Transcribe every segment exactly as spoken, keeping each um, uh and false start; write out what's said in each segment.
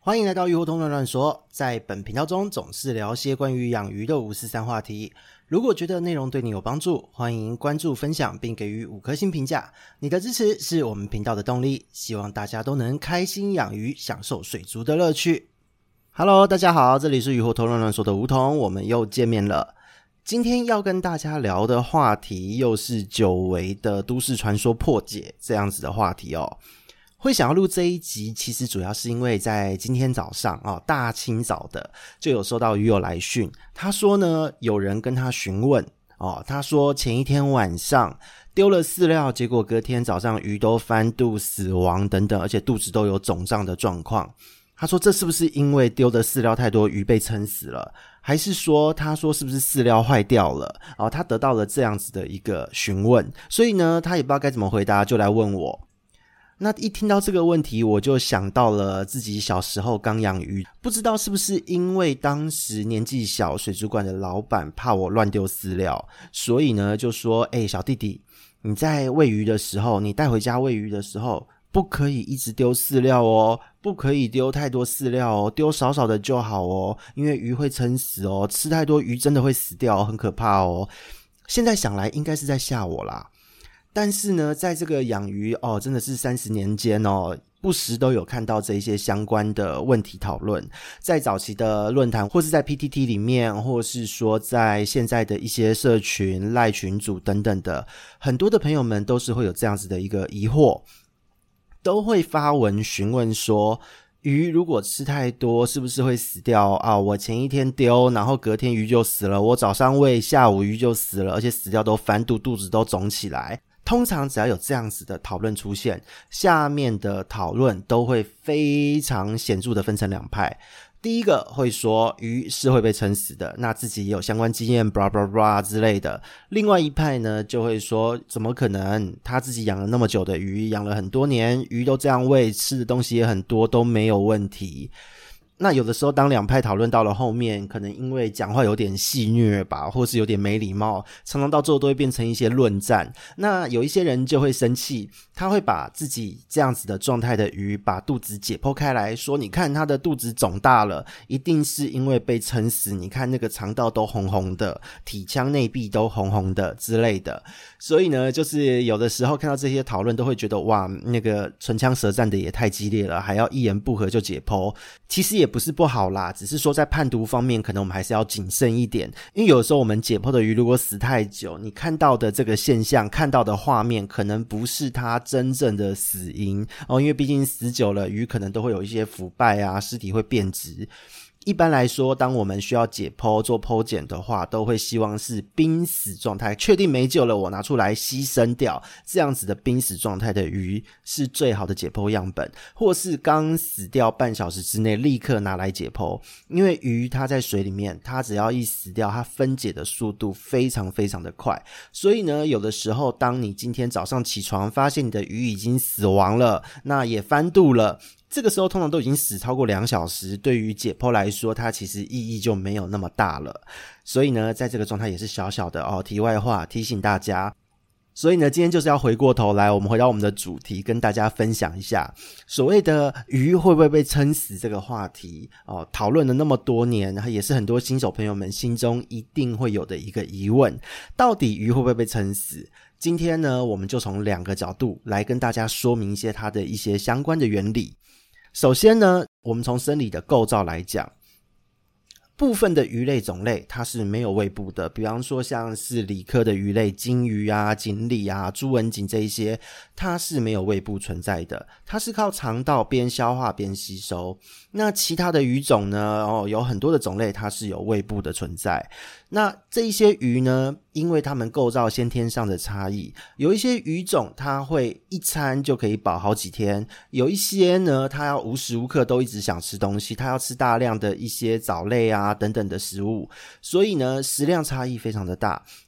欢迎来到鱼活通乱乱说，在本频道中总是聊些关于养鱼的五四三话题。如果觉得内容对你有帮助，欢迎关注分享并给予五颗星评价，你的支持是我们频道的动力，希望大家都能开心养鱼，享受水族的乐趣。Hello， 大家好，这里是鱼活通乱乱说的梧桐，我们又见面了。今天要跟大家聊的话题又是久违的都市传说破解这样子的话题哦。会想要录这一集，其实主要是因为在今天早上哦，大清早的就有收到鱼友来讯，他说呢，有人跟他询问哦，他说前一天晚上丢了饲料，结果隔天早上鱼都翻肚死亡等等，而且肚子都有肿胀的状况。他说这是不是因为丢的饲料太多，鱼被撑死了？还是说他说是不是饲料坏掉了？哦，他得到了这样子的一个询问，所以呢，他也不知道该怎么回答，就来问我。那一听到这个问题，我就想到了自己小时候刚养鱼，不知道是不是因为当时年纪小，水族馆的老板怕我乱丢饲料，所以呢就说欸，小弟弟，你在喂鱼的时候，你带回家喂鱼的时候，不可以一直丢饲料哦，不可以丢太多饲料哦，丢少少的就好哦，因为鱼会撑死哦，吃太多鱼真的会死掉哦，很可怕哦。现在想来应该是在吓我啦。但是呢，在这个养鱼哦，真的是三十年间哦，不时都有看到这一些相关的问题讨论，在早期的论坛，或是在 P T T 里面，或是说在现在的一些社群、赖群组等等的，很多的朋友们都是会有这样子的一个疑惑，都会发文询问说，鱼如果吃太多是不是会死掉啊？我前一天丢，然后隔天鱼就死了，我早上喂，下午鱼就死了，而且死掉都翻肚，肚子都肿起来。通常只要有这样子的讨论出现，下面的讨论都会非常显著的分成两派。第一个会说鱼是会被撑死的，那自己也有相关经验 blah blah blah 之类的。另外一派呢就会说怎么可能，他自己养了那么久的鱼，养了很多年，鱼都这样喂，吃的东西也很多，都没有问题。那有的时候当两派讨论到了后面，可能因为讲话有点戏谑吧，或是有点没礼貌，常常到最后都会变成一些论战。那有一些人就会生气，他会把自己这样子的状态的鱼把肚子解剖开来，说你看他的肚子肿大了，一定是因为被撑死，你看那个肠道都红红的，体腔内壁都红红的之类的。所以呢，就是有的时候看到这些讨论都会觉得哇，那个唇枪舌战的也太激烈了，还要一言不合就解剖。其实也不是不好啦，只是说在判读方面可能我们还是要谨慎一点，因为有时候我们解剖的鱼如果死太久，你看到的这个现象，看到的画面可能不是它真正的死因哦，因为毕竟死久了，鱼可能都会有一些腐败啊，尸体会变质。一般来说，当我们需要解剖做剖检的话，都会希望是濒死状态，确定没救了，我拿出来牺牲掉，这样子的濒死状态的鱼是最好的解剖样本，或是刚死掉半小时之内立刻拿来解剖。因为鱼它在水里面，它只要一死掉，它分解的速度非常非常的快，所以呢，有的时候当你今天早上起床发现你的鱼已经死亡了，那也翻肚了，这个时候通常都已经死超过两小时，对于解剖来说它其实意义就没有那么大了。所以呢，在这个状态也是小小的哦，题外话提醒大家。所以呢，今天就是要回过头来，我们回到我们的主题，跟大家分享一下所谓的鱼会不会被撑死这个话题哦，讨论了那么多年，也是很多新手朋友们心中一定会有的一个疑问，到底鱼会不会被撑死？今天呢，我们就从两个角度来跟大家说明一些它的一些相关的原理。首先呢，我们从生理的构造来讲，部分的鱼类种类它是没有胃部的，比方说像是鲤科的鱼类，金鱼啊、锦鲤啊、朱文锦这一些，它是没有胃部存在的，它是靠肠道边消化边吸收。那其他的鱼种呢，哦，有很多的种类它是有胃部的存在。那这一些鱼呢，因为它们构造先天上的差异，有一些鱼种它会一餐就可以饱好几天，有一些呢它要无时无刻都一直想吃东西，它要吃大量的一些藻类啊等等的食物，所以呢食量差异非常的大。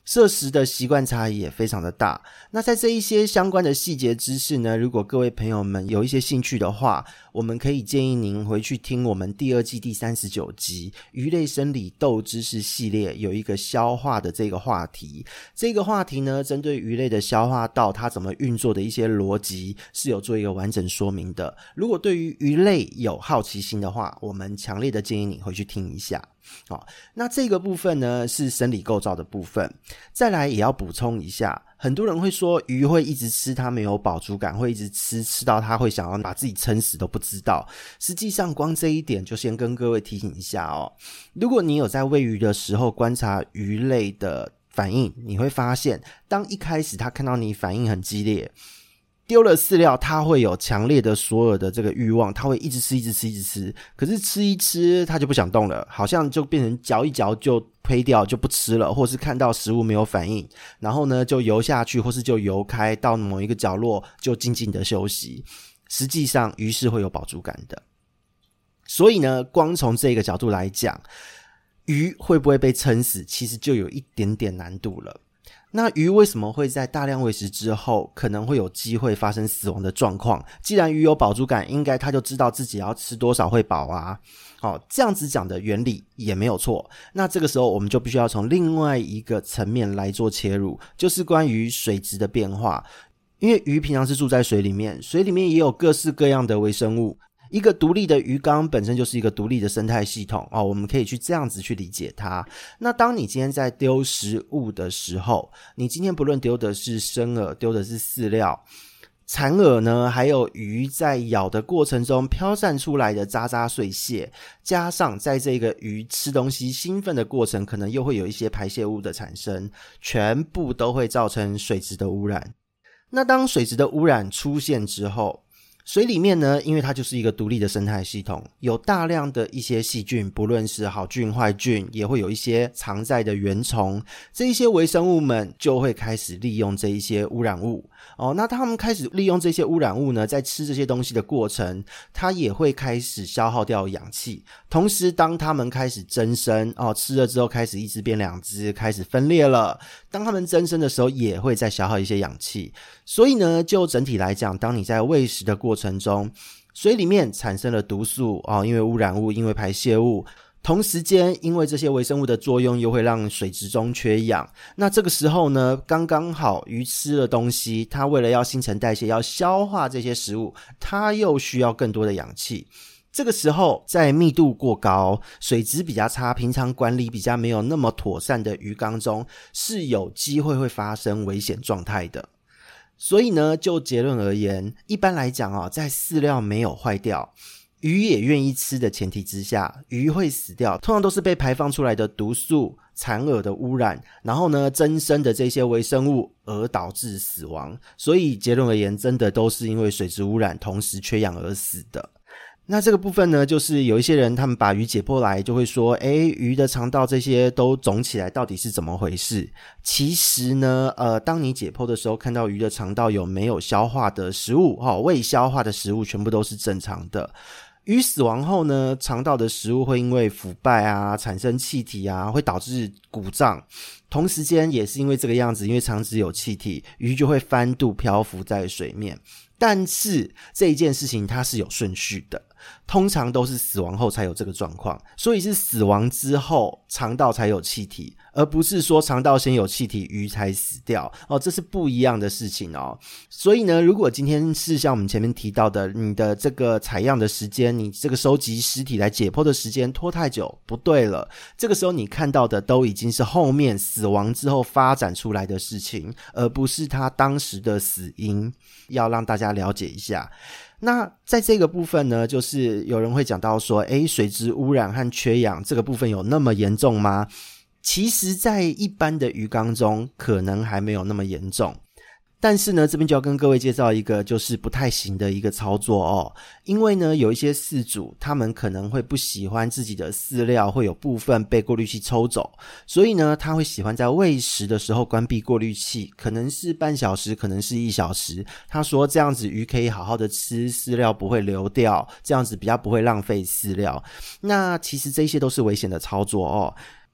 摄食的习惯差异也非常的大。那在这一些相关的细节知识呢，如果各位朋友们有一些兴趣的话，我们可以建议您回去听我们第二季第三十九集鱼类生理豆知识系列，有一个消化的这个话题。这个话题呢，针对鱼类的消化道它怎么运作的一些逻辑是有做一个完整说明的。如果对于鱼类有好奇心的话，我们强烈的建议你回去听一下。好，那这个部分呢是生理构造的部分。再来也要补充一下，很多人会说鱼会一直吃它没有饱足感，会一直吃吃到它会想要把自己撑死都不知道。实际上光这一点就先跟各位提醒一下哦。如果你有在喂鱼的时候观察鱼类的反应，你会发现当一开始它看到你反应很激烈，丢了饲料，它会有强烈的所有的这个欲望，它会一直吃一直吃一直吃，可是吃一吃它就不想动了，好像就变成嚼一嚼就推掉就不吃了，或是看到食物没有反应，然后呢就游下去，或是就游开到某一个角落就静静的休息。实际上鱼是会有饱足感的，所以呢光从这个角度来讲，鱼会不会被撑死其实就有一点点难度了。那鱼为什么会在大量喂食之后可能会有机会发生死亡的状况？既然鱼有饱足感，应该它就知道自己要吃多少会饱啊。好，这样子讲的原理也没有错。那这个时候我们就必须要从另外一个层面来做切入，就是关于水质的变化。因为鱼平常是住在水里面，水里面也有各式各样的微生物，一个独立的鱼缸本身就是一个独立的生态系统哦，我们可以去这样子去理解它。那当你今天在丢食物的时候，你今天不论丢的是生饵，丢的是饲料，残饵呢，还有鱼在咬的过程中飘散出来的渣渣碎屑，加上在这个鱼吃东西兴奋的过程，可能又会有一些排泄物的产生，全部都会造成水质的污染。那当水质的污染出现之后，水里面呢，因为它就是一个独立的生态系统，有大量的一些细菌，不论是好菌坏菌，也会有一些藏在的原虫，这一些微生物们就会开始利用这一些污染物哦。那他们开始利用这些污染物呢，在吃这些东西的过程，它也会开始消耗掉氧气。同时当他们开始增生哦，吃了之后开始一只变两只，开始分裂了，当他们增生的时候也会再消耗一些氧气。所以呢，就整体来讲，当你在喂食的过程中，水里面产生了毒素哦，因为污染物，因为排泄物，同时间因为这些微生物的作用又会让水质中缺氧。那这个时候呢，刚刚好鱼吃了东西，它为了要新陈代谢，要消化这些食物，它又需要更多的氧气。这个时候在密度过高，水质比较差，平常管理比较没有那么妥善的鱼缸中，是有机会会发生危险状态的。所以呢，就结论而言，一般来讲哦，在饲料没有坏掉，鱼也愿意吃的前提之下，鱼会死掉，通常都是被排放出来的毒素、残饵的污染，然后呢增生的这些微生物而导致死亡。所以结论而言，真的都是因为水质污染同时缺氧而死的。那这个部分呢，就是有一些人他们把鱼解剖来，就会说诶，鱼的肠道这些都肿起来，到底是怎么回事？其实呢呃，当你解剖的时候，看到鱼的肠道有没有消化的食物、哦、未消化的食物全部都是正常的。鱼死亡后呢，肠道的食物会因为腐败啊，产生气体啊，会导致鼓胀。同时间也是因为这个样子，因为肠子有气体，鱼就会翻肚漂浮在水面。但是这一件事情它是有顺序的，通常都是死亡后才有这个状况，所以是死亡之后肠道才有气体，而不是说肠道先有气体鱼才死掉哦，这是不一样的事情哦。所以呢，如果今天是像我们前面提到的，你的这个采样的时间，你这个收集尸体来解剖的时间拖太久，不对了，这个时候你看到的都已经是后面死亡之后发展出来的事情，而不是他当时的死因，要让大家了解一下。那在这个部分呢，就是有人会讲到说，诶，水质污染和缺氧这个部分有那么严重吗？其实在一般的鱼缸中可能还没有那么严重，但是呢，这边就要跟各位介绍一个就是不太行的一个操作哦。因为呢，有一些饲主他们可能会不喜欢自己的饲料会有部分被过滤器抽走，所以呢，他会喜欢在喂食的时候关闭过滤器，可能是半小时，可能是一小时。他说这样子鱼可以好好的吃，饲料不会流掉，这样子比较不会浪费饲料。那其实这些都是危险的操作哦。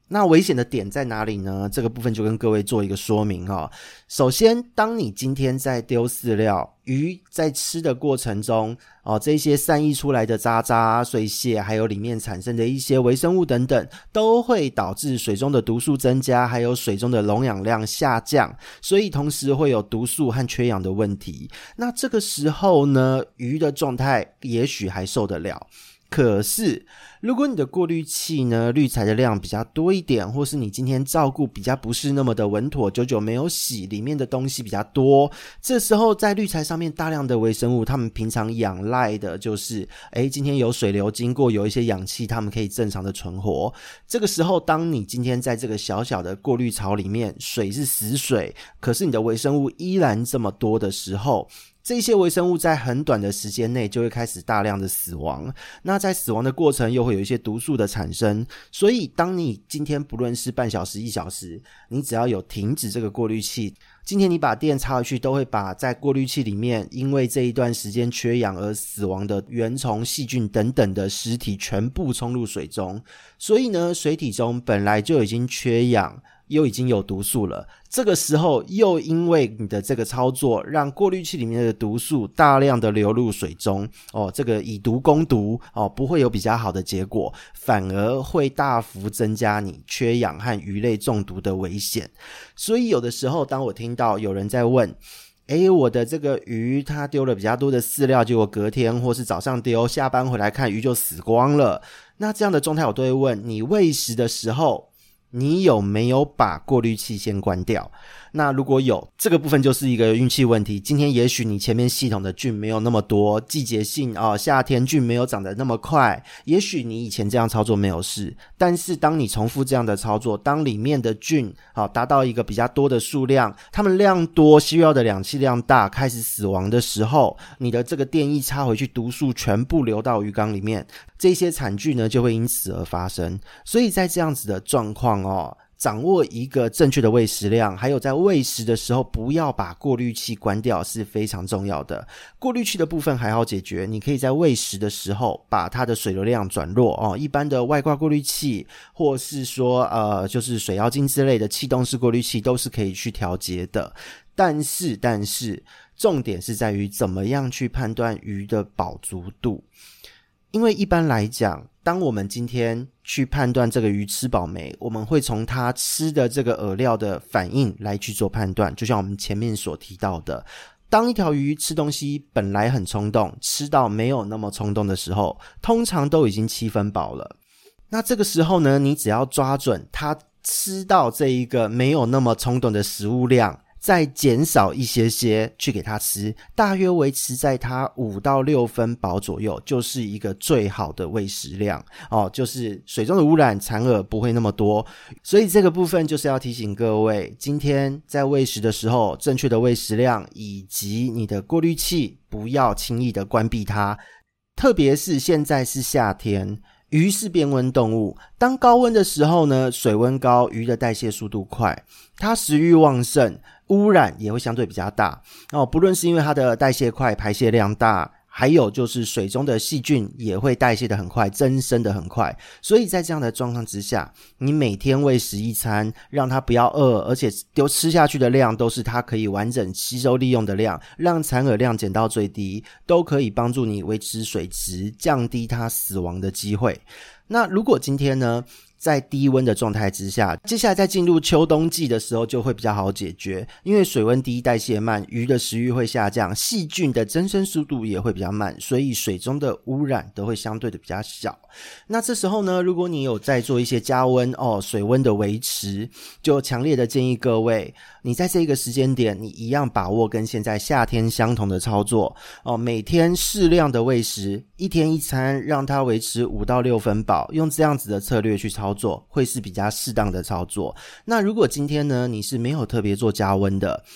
那危险的点在哪里呢？这个部分就跟各位做一个说明哦。首先，当你今天在丢饲料，鱼在吃的过程中哦，这些散溢出来的渣渣、碎屑，还有里面产生的一些微生物等等，都会导致水中的毒素增加，还有水中的溶氧量下降，所以同时会有毒素和缺氧的问题。那这个时候呢，鱼的状态也许还受得了。可是如果你的过滤器呢滤材的量比较多一点，或是你今天照顾比较不是那么的稳妥，久久没有洗，里面的东西比较多，这时候在滤材上面大量的微生物，他们平常仰赖的就是诶今天有水流经过，有一些氧气，他们可以正常的存活。这个时候当你今天在这个小小的过滤槽里面，水是死水，可是你的微生物依然这么多的时候，这些微生物在很短的时间内就会开始大量的死亡，那在死亡的过程又会有一些毒素的产生，所以当你今天不论是半小时一小时，你只要有停止这个过滤器，今天你把电插回去，都会把在过滤器里面因为这一段时间缺氧而死亡的原虫、细菌等等的尸体全部冲入水中。所以呢，水体中本来就已经缺氧，又已经有毒素了，这个时候又因为你的这个操作，让过滤器里面的毒素大量的流入水中哦，这个以毒攻毒哦，不会有比较好的结果，反而会大幅增加你缺氧和鱼类中毒的危险。所以有的时候当我听到有人在问诶我的这个鱼它丢了比较多的饲料，结果隔天或是早上丢，下班回来看鱼就死光了，那这样的状态我都会问，你喂食的时候你有没有把过滤器先关掉？那如果有，这个部分就是一个运气问题。今天也许你前面系统的菌没有那么多，季节性哦，夏天菌没有长得那么快，也许你以前这样操作没有事，但是当你重复这样的操作，当里面的菌哦达到一个比较多的数量，它们量多，需要的氧气量大，开始死亡的时候，你的这个电液插回去，毒素全部流到鱼缸里面，这些惨剧呢就会因此而发生。所以在这样子的状况哦，掌握一个正确的喂食量，还有在喂食的时候不要把过滤器关掉是非常重要的。过滤器的部分还好解决，你可以在喂食的时候把它的水流量转弱哦，一般的外挂过滤器或是说呃就是水妖精之类的气动式过滤器都是可以去调节的。但是但是重点是在于怎么样去判断鱼的饱足度。因为一般来讲，当我们今天去判断这个鱼吃饱没，我们会从它吃的这个饵料的反应来去做判断。就像我们前面所提到的，当一条鱼吃东西本来很冲动，吃到没有那么冲动的时候，通常都已经七分饱了。那这个时候呢，你只要抓准它吃到这一个没有那么冲动的食物量，再减少一些些去给它吃，大约维持在它五到六分饱左右，就是一个最好的喂食量哦，就是水中的污染残饵不会那么多。所以这个部分就是要提醒各位，今天在喂食的时候，正确的喂食量以及你的过滤器不要轻易的关闭它。特别是现在是夏天，鱼是变温动物，当高温的时候呢，水温高，鱼的代谢速度快，它食欲旺盛，污染也会相对比较大哦。不论是因为它的代谢快，排泄量大，还有就是水中的细菌也会代谢得很快，增生得很快。所以在这样的状况之下，你每天喂食一餐，让它不要饿，而且丢吃下去的量都是它可以完整吸收利用的量，让残饵量减到最低，都可以帮助你维持水质，降低它死亡的机会。那如果今天呢在低温的状态之下，接下来在进入秋冬季的时候就会比较好解决，因为水温低，代谢慢，鱼的食欲会下降，细菌的增生速度也会比较慢，所以水中的污染都会相对的比较小。那这时候呢，如果你有在做一些加温哦，水温的维持，就强烈的建议各位，你在这个时间点，你一样把握跟现在夏天相同的操作哦，每天适量的喂食，一天一餐，让它维持五到六分饱，用这样子的策略去操作，会是比较适当的操作。那如果今天呢，你是没有特别做加温的，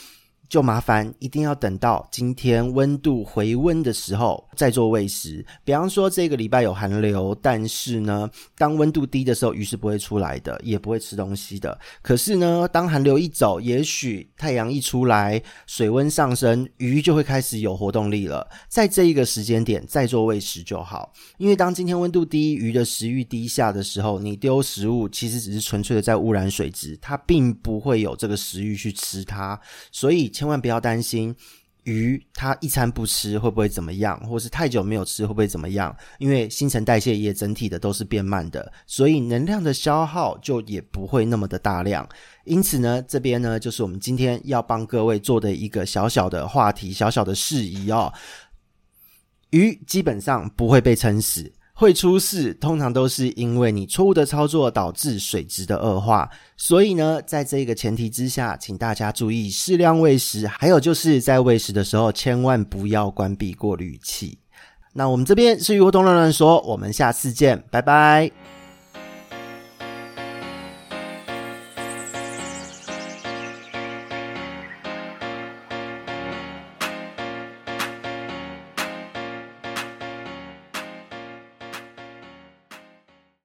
就麻烦一定要等到今天温度回温的时候再做喂食。比方说这个礼拜有寒流，但是呢当温度低的时候鱼是不会出来的，也不会吃东西的。可是呢当寒流一走，也许太阳一出来，水温上升，鱼就会开始有活动力了，在这一个时间点再做喂食就好。因为当今天温度低，鱼的食欲低下的时候，你丢食物其实只是纯粹的在污染水质，它并不会有这个食欲去吃它。所以千万不要担心鱼它一餐不吃会不会怎么样，或是太久没有吃会不会怎么样，因为新陈代谢也整体的都是变慢的，所以能量的消耗就也不会那么的大量。因此呢这边呢就是我们今天要帮各位做的一个小小的话题，小小的事宜哦。鱼基本上不会被撑死，会出事通常都是因为你错误的操作导致水质的恶化，所以呢在这个前提之下，请大家注意适量喂食，还有就是在喂食的时候千万不要关闭过滤器。那我们这边是鱼活通乱乱说，我们下次见，拜拜。